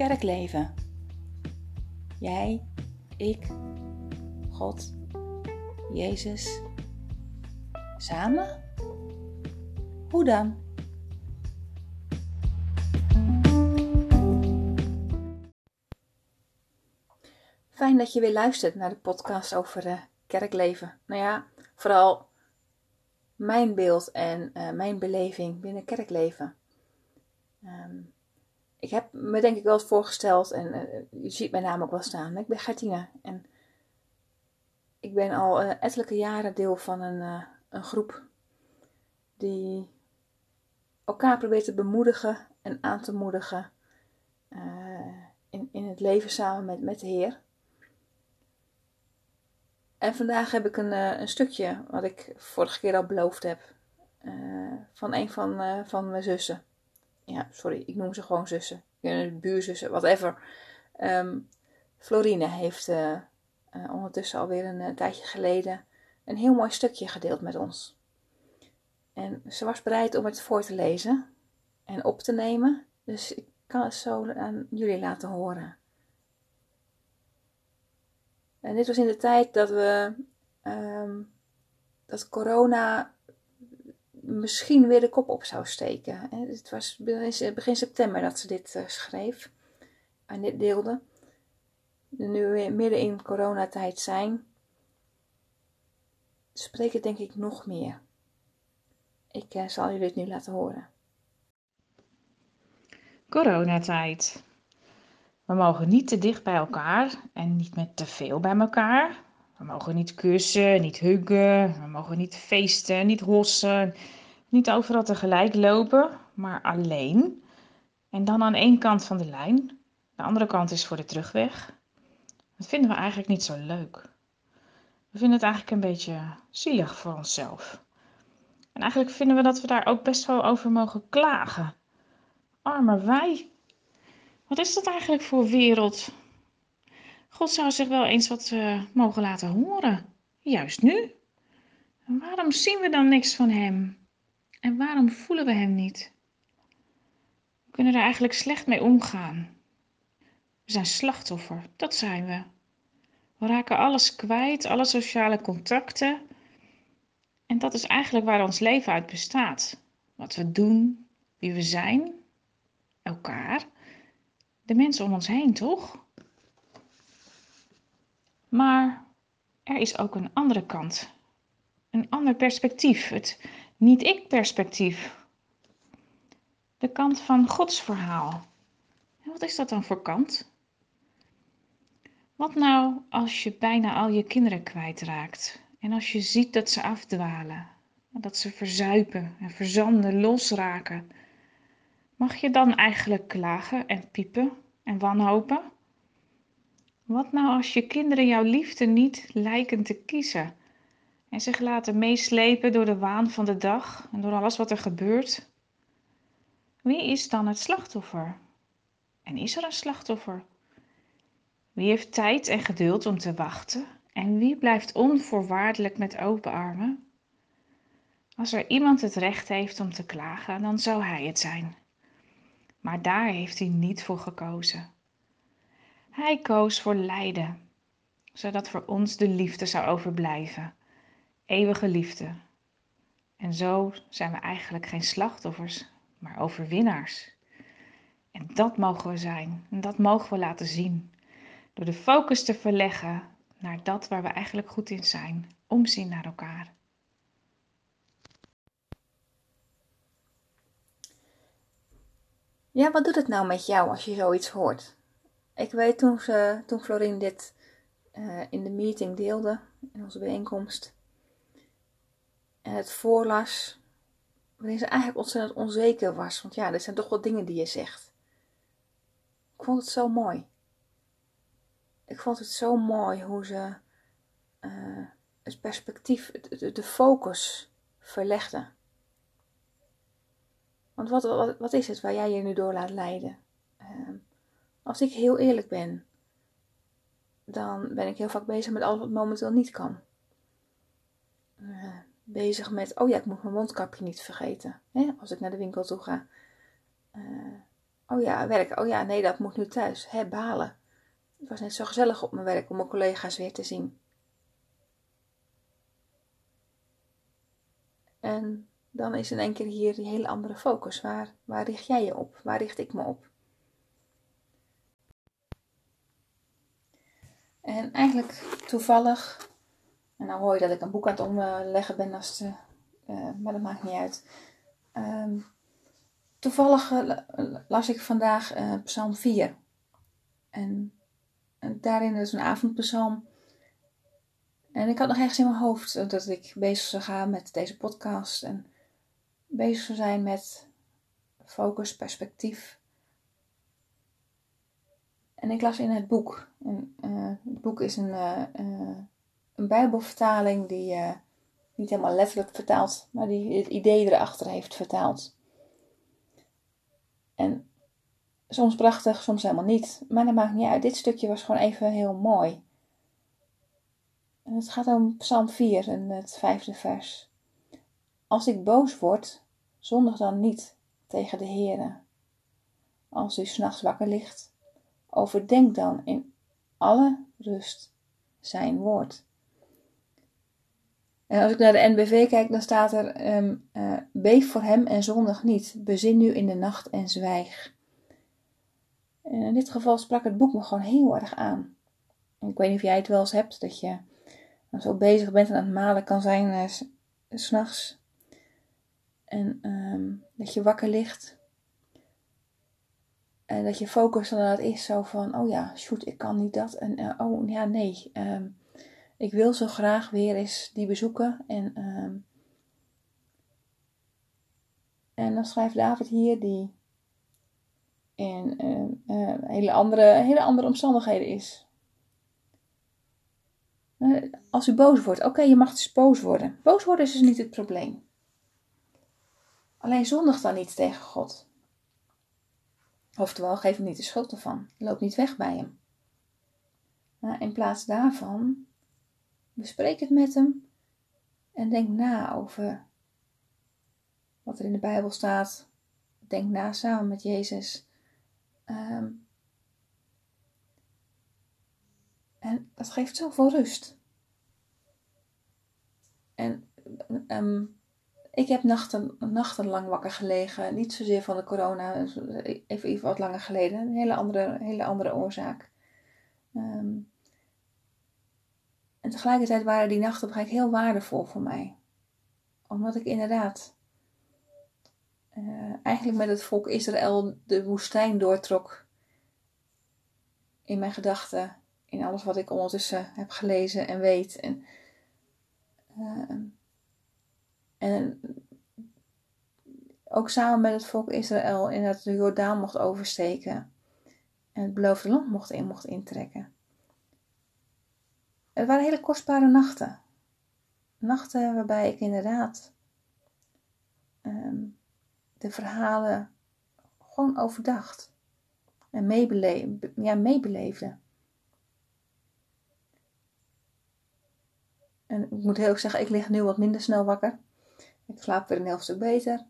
kerkleven. Jij, ik, God, Jezus. Samen? Hoe dan? Fijn dat je weer luistert naar de podcast over kerkleven. Nou ja, vooral mijn beeld en mijn beleving binnen kerkleven. Ik heb me denk ik wel eens voorgesteld, en je ziet mijn naam ook wel staan. Ik ben Gertine en ik ben al ettelijke jaren deel van een groep die elkaar probeert te bemoedigen en aan te moedigen in het leven samen met de Heer. En vandaag heb ik een stukje wat ik vorige keer al beloofd heb van een van mijn zussen. Ja, sorry, ik noem ze gewoon zussen. Buurzussen, whatever. Florine heeft ondertussen alweer een tijdje geleden een heel mooi stukje gedeeld met ons. En ze was bereid om het voor te lezen en op te nemen. Dus ik kan het zo aan jullie laten horen. En dit was in de tijd dat dat corona misschien weer de kop op zou steken. Het was begin september dat ze dit schreef en dit deelde. Nu we midden in coronatijd zijn, spreekt het denk ik nog meer. Ik zal jullie het nu laten horen. Coronatijd. We mogen niet te dicht bij elkaar en niet met te veel bij elkaar. We mogen niet kussen, niet huggen, we mogen niet feesten, niet hossen, niet overal tegelijk lopen, maar alleen. En dan aan één kant van de lijn. De andere kant is voor de terugweg. Dat vinden we eigenlijk niet zo leuk. We vinden het eigenlijk een beetje zielig voor onszelf. En eigenlijk vinden we dat we daar ook best wel over mogen klagen. Arme wij. Wat is dat eigenlijk voor wereld? God zou zich wel eens wat mogen laten horen. Juist nu. En waarom zien we dan niks van hem? En waarom voelen we hem niet? We kunnen er eigenlijk slecht mee omgaan. We zijn slachtoffer, dat zijn we. We raken alles kwijt, alle sociale contacten. En dat is eigenlijk waar ons leven uit bestaat. Wat we doen, wie we zijn, elkaar, de mensen om ons heen, toch? Maar er is ook een andere kant. Een ander perspectief, het niet-ik-perspectief. De kant van Gods verhaal. En wat is dat dan voor kant? Wat nou als je bijna al je kinderen kwijtraakt en als je ziet dat ze afdwalen, dat ze verzuipen en verzanden, losraken? Mag je dan eigenlijk klagen en piepen en wanhopen? Wat nou als je kinderen jouw liefde niet lijken te kiezen en zich laten meeslepen door de waan van de dag en door alles wat er gebeurt? Wie is dan het slachtoffer? En is er een slachtoffer? Wie heeft tijd en geduld om te wachten? En wie blijft onvoorwaardelijk met open armen? Als er iemand het recht heeft om te klagen, dan zou hij het zijn. Maar daar heeft hij niet voor gekozen. Hij koos voor lijden, zodat voor ons de liefde zou overblijven. Eeuwige liefde. En zo zijn we eigenlijk geen slachtoffers, maar overwinnaars. En dat mogen we zijn. En dat mogen we laten zien. Door de focus te verleggen naar dat waar we eigenlijk goed in zijn. Omzien naar elkaar. Ja, wat doet het nou met jou als je zoiets hoort? Ik weet toen Florine dit in de meeting deelde, in onze bijeenkomst, en het voorlas, waarin ze eigenlijk ontzettend onzeker was. Want ja, dit zijn toch wel dingen die je zegt. Ik vond het zo mooi. Ik vond het zo mooi hoe ze het perspectief, de focus verlegde. Want wat is het waar jij je nu door laat leiden? Als ik heel eerlijk ben, dan ben ik heel vaak bezig met alles wat momenteel niet kan. Bezig met, oh ja, ik moet mijn mondkapje niet vergeten. Hè, als ik naar de winkel toe ga. Oh ja, werk. Oh ja, nee, dat moet nu thuis. Balen. Het was net zo gezellig op mijn werk om mijn collega's weer te zien. En dan is in één keer hier die hele andere focus. Waar richt jij je op? Waar richt ik me op? En eigenlijk toevallig, en dan hoor je dat ik een boek aan het omleggen ben, maar dat maakt niet uit. Toevallig las ik vandaag Psalm 4. En daarin is een avondpsalm. En ik had nog ergens in mijn hoofd dat ik bezig zou gaan met deze podcast. En bezig zou zijn met focus, perspectief. En ik las in het boek. En, het boek is een Bijbelvertaling die niet helemaal letterlijk vertaalt, maar die het idee erachter heeft vertaald. En soms prachtig, soms helemaal niet. Maar dat maakt niet uit. Dit stukje was gewoon even heel mooi. En het gaat om Psalm 4 en het 5e vers. Als ik boos word, zondig dan niet tegen de Heere. Als u 's nachts wakker ligt, overdenk dan in alle rust zijn woord. En als ik naar de NBV kijk, dan staat er: beef voor hem en zondig niet. Bezin u in de nacht en zwijg. En in dit geval sprak het boek me gewoon heel erg aan. En ik weet niet of jij het wel eens hebt, dat je zo bezig bent en aan het malen kan zijn 's nachts. En dat je wakker ligt. En dat je focus dan het is zo van, oh ja, shoot, ik kan niet dat. En oh ja, nee, ik wil zo graag weer eens die bezoeken. En dan schrijft David hier, die in hele andere omstandigheden is. Als u boos wordt, oké, je mag dus boos worden. Boos worden is dus niet het probleem. Alleen zondig dan niet tegen God. Oftewel, geef hem niet de schuld ervan. Loop niet weg bij hem. Maar in plaats daarvan, bespreek het met hem. En denk na over wat er in de Bijbel staat. Denk na samen met Jezus. En dat geeft zoveel rust. En ik heb nachtenlang wakker gelegen. Niet zozeer van de corona. Even wat langer geleden. Een hele andere oorzaak. En tegelijkertijd waren die nachten heel waardevol voor mij. Omdat ik inderdaad eigenlijk met het volk Israël de woestijn doortrok. In mijn gedachten. In alles wat ik ondertussen heb gelezen en weet. En ook samen met het volk Israël inderdaad de Jordaan mocht oversteken. En het beloofde land mocht intrekken. Het waren hele kostbare nachten. Nachten waarbij ik inderdaad de verhalen gewoon overdacht. En meebeleefde. En ik moet heel erg zeggen, ik lig nu wat minder snel wakker. Ik slaap weer een heel stuk beter.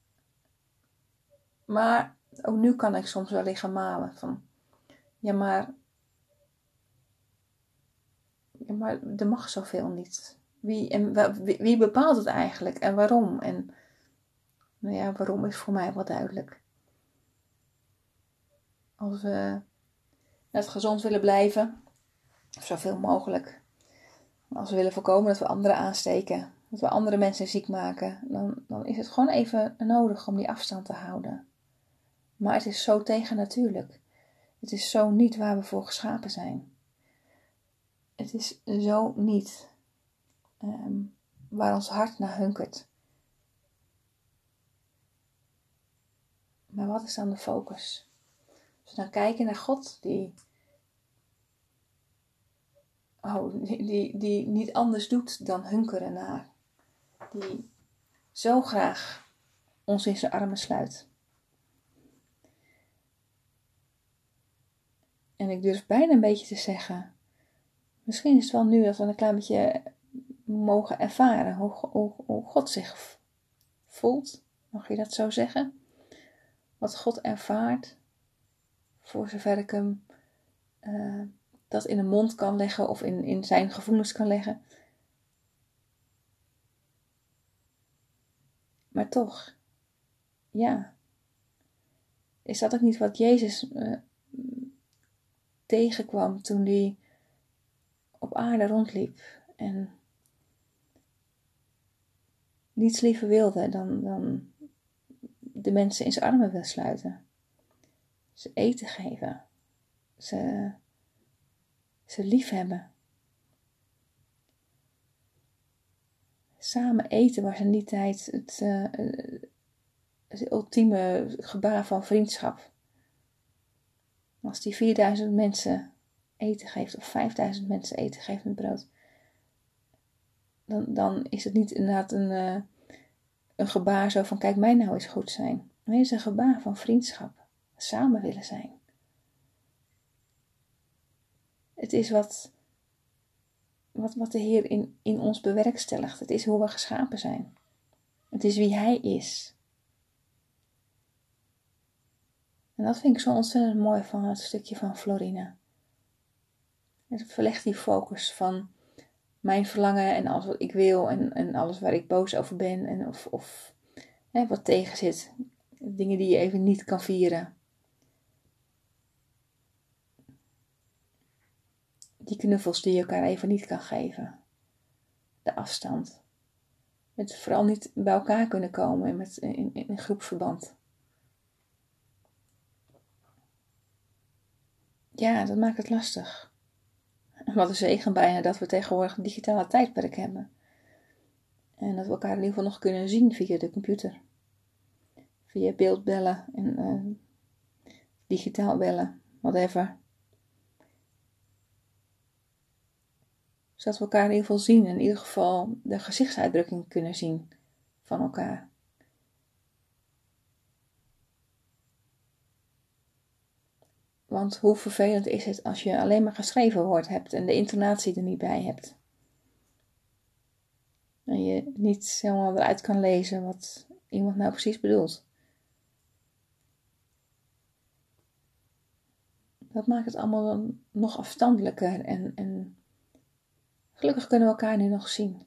Maar ook nu kan ik soms wel liggen malen. Van, ja, maar er mag zoveel niet. Wie bepaalt het eigenlijk en waarom? En nou ja, waarom is voor mij wel duidelijk. Als we net gezond willen blijven, zoveel mogelijk. Als we willen voorkomen dat we anderen aansteken, dat we andere mensen ziek maken, dan is het gewoon even nodig om die afstand te houden. Maar het is zo tegennatuurlijk. Het is zo niet waar we voor geschapen zijn. Het is zo niet waar ons hart naar hunkert. Maar wat is dan de focus? Als we dan kijken naar God, die niet anders doet dan hunkeren naar. Die zo graag ons in zijn armen sluit. En ik durf bijna een beetje te zeggen, misschien is het wel nu dat we een klein beetje mogen ervaren hoe God zich voelt. Mag je dat zo zeggen? Wat God ervaart Voor zover ik hem dat in de mond kan leggen of in zijn gevoelens kan leggen. Maar toch, ja, is dat ook niet wat Jezus tegenkwam toen hij op aarde rondliep en niets liever wilde dan de mensen in zijn armen wil sluiten, ze eten geven, ze liefhebben. Samen eten was in die tijd het ultieme gebaar van vriendschap. Als die 4000 mensen eten geeft of 5000 mensen eten geeft met brood, dan is het niet inderdaad een gebaar zo van kijk mij nou eens goed zijn. Nee, het is een gebaar van vriendschap, samen willen zijn. Het is wat de Heer in ons bewerkstelligt. Het is hoe we geschapen zijn. Het is wie Hij is. En dat vind ik zo ontzettend mooi van het stukje van Florine. Het verlegt die focus van mijn verlangen en alles wat ik wil en alles waar ik boos over ben en of wat tegen zit. Dingen die je even niet kan vieren. Die knuffels die je elkaar even niet kan geven. De afstand. Het vooral niet bij elkaar kunnen komen in een groepsverband. Ja, dat maakt het lastig. Wat een zegen bijna dat we tegenwoordig een digitale tijdperk hebben. En dat we elkaar in ieder geval nog kunnen zien via de computer. Via beeldbellen en digitaal bellen, whatever. Zodat we elkaar in ieder geval zien en in ieder geval de gezichtsuitdrukking kunnen zien van elkaar. Want hoe vervelend is het als je alleen maar geschreven woord hebt en de intonatie er niet bij hebt. En je niet helemaal eruit kan lezen wat iemand nou precies bedoelt. Dat maakt het allemaal dan nog afstandelijker en gelukkig kunnen we elkaar nu nog zien.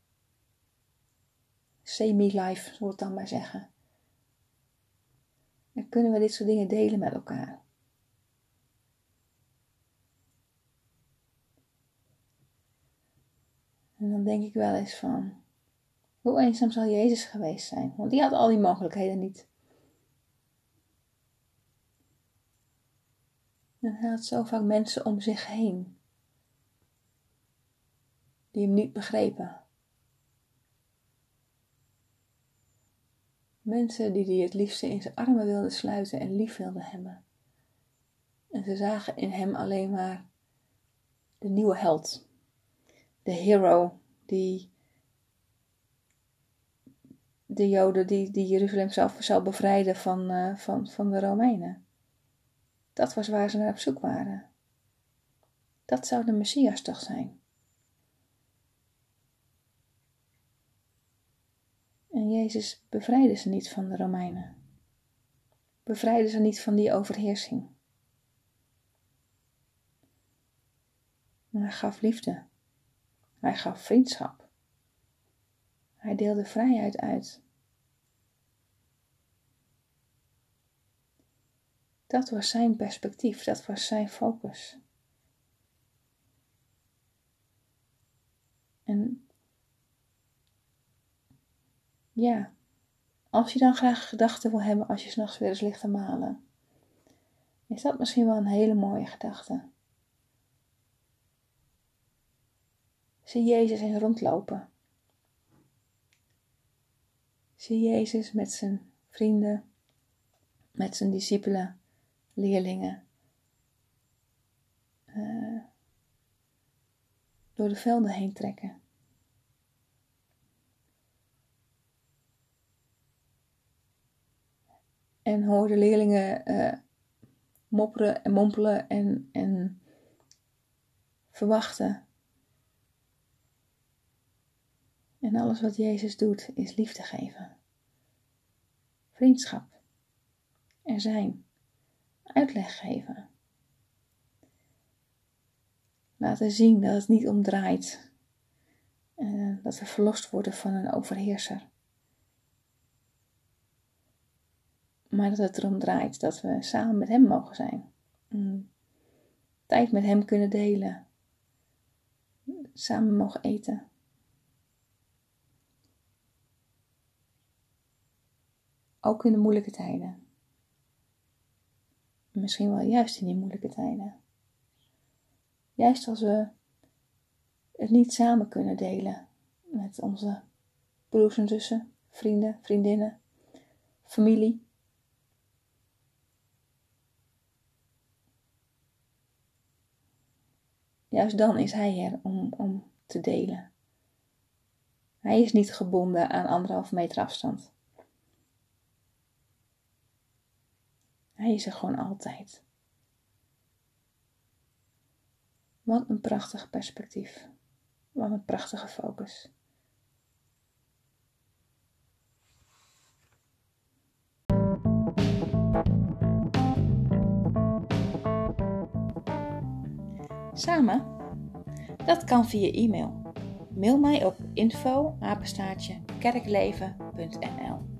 Semi-live, zou ik dan maar zeggen. En kunnen we dit soort dingen delen met elkaar. En dan denk ik wel eens van, hoe eenzaam zal Jezus geweest zijn? Want die had al die mogelijkheden niet. En hij had zo vaak mensen om zich heen. Die hem niet begrepen. Mensen die hij het liefste in zijn armen wilden sluiten en lief wilden hebben. En ze zagen in hem alleen maar de nieuwe held. De hero die de Joden die Jeruzalem zou bevrijden van de Romeinen. Dat was waar ze naar op zoek waren. Dat zou de Messias toch zijn. En Jezus bevrijdde ze niet van de Romeinen. Bevrijdde ze niet van die overheersing. Maar hij gaf liefde. Hij gaf vriendschap. Hij deelde vrijheid uit. Dat was zijn perspectief, dat was zijn focus. En ja, als je dan graag gedachten wil hebben als je 's nachts weer eens ligt te malen, is dat misschien wel een hele mooie gedachte. Zie Jezus eens rondlopen. Zie Jezus met zijn vrienden, met zijn discipelen, leerlingen, door de velden heen trekken. En hoor de leerlingen mopperen en mompelen en verwachten. En alles wat Jezus doet is liefde geven. Vriendschap. Er zijn. uitleg geven. Laten zien dat het niet om draait. Dat we verlost worden van een overheerser. Maar dat het erom draait dat we samen met hem mogen zijn. Tijd met hem kunnen delen. Samen mogen eten. Ook in de moeilijke tijden. Misschien wel juist in die moeilijke tijden. Juist als we het niet samen kunnen delen met onze broers en zussen, vrienden, vriendinnen, familie. Juist dan is hij er om te delen. Hij is niet gebonden aan 1,5 meter afstand. Hij is er gewoon altijd. Wat een prachtig perspectief. Wat een prachtige focus. Samen? Dat kan via e-mail. Mail mij op info@kerkleven.nl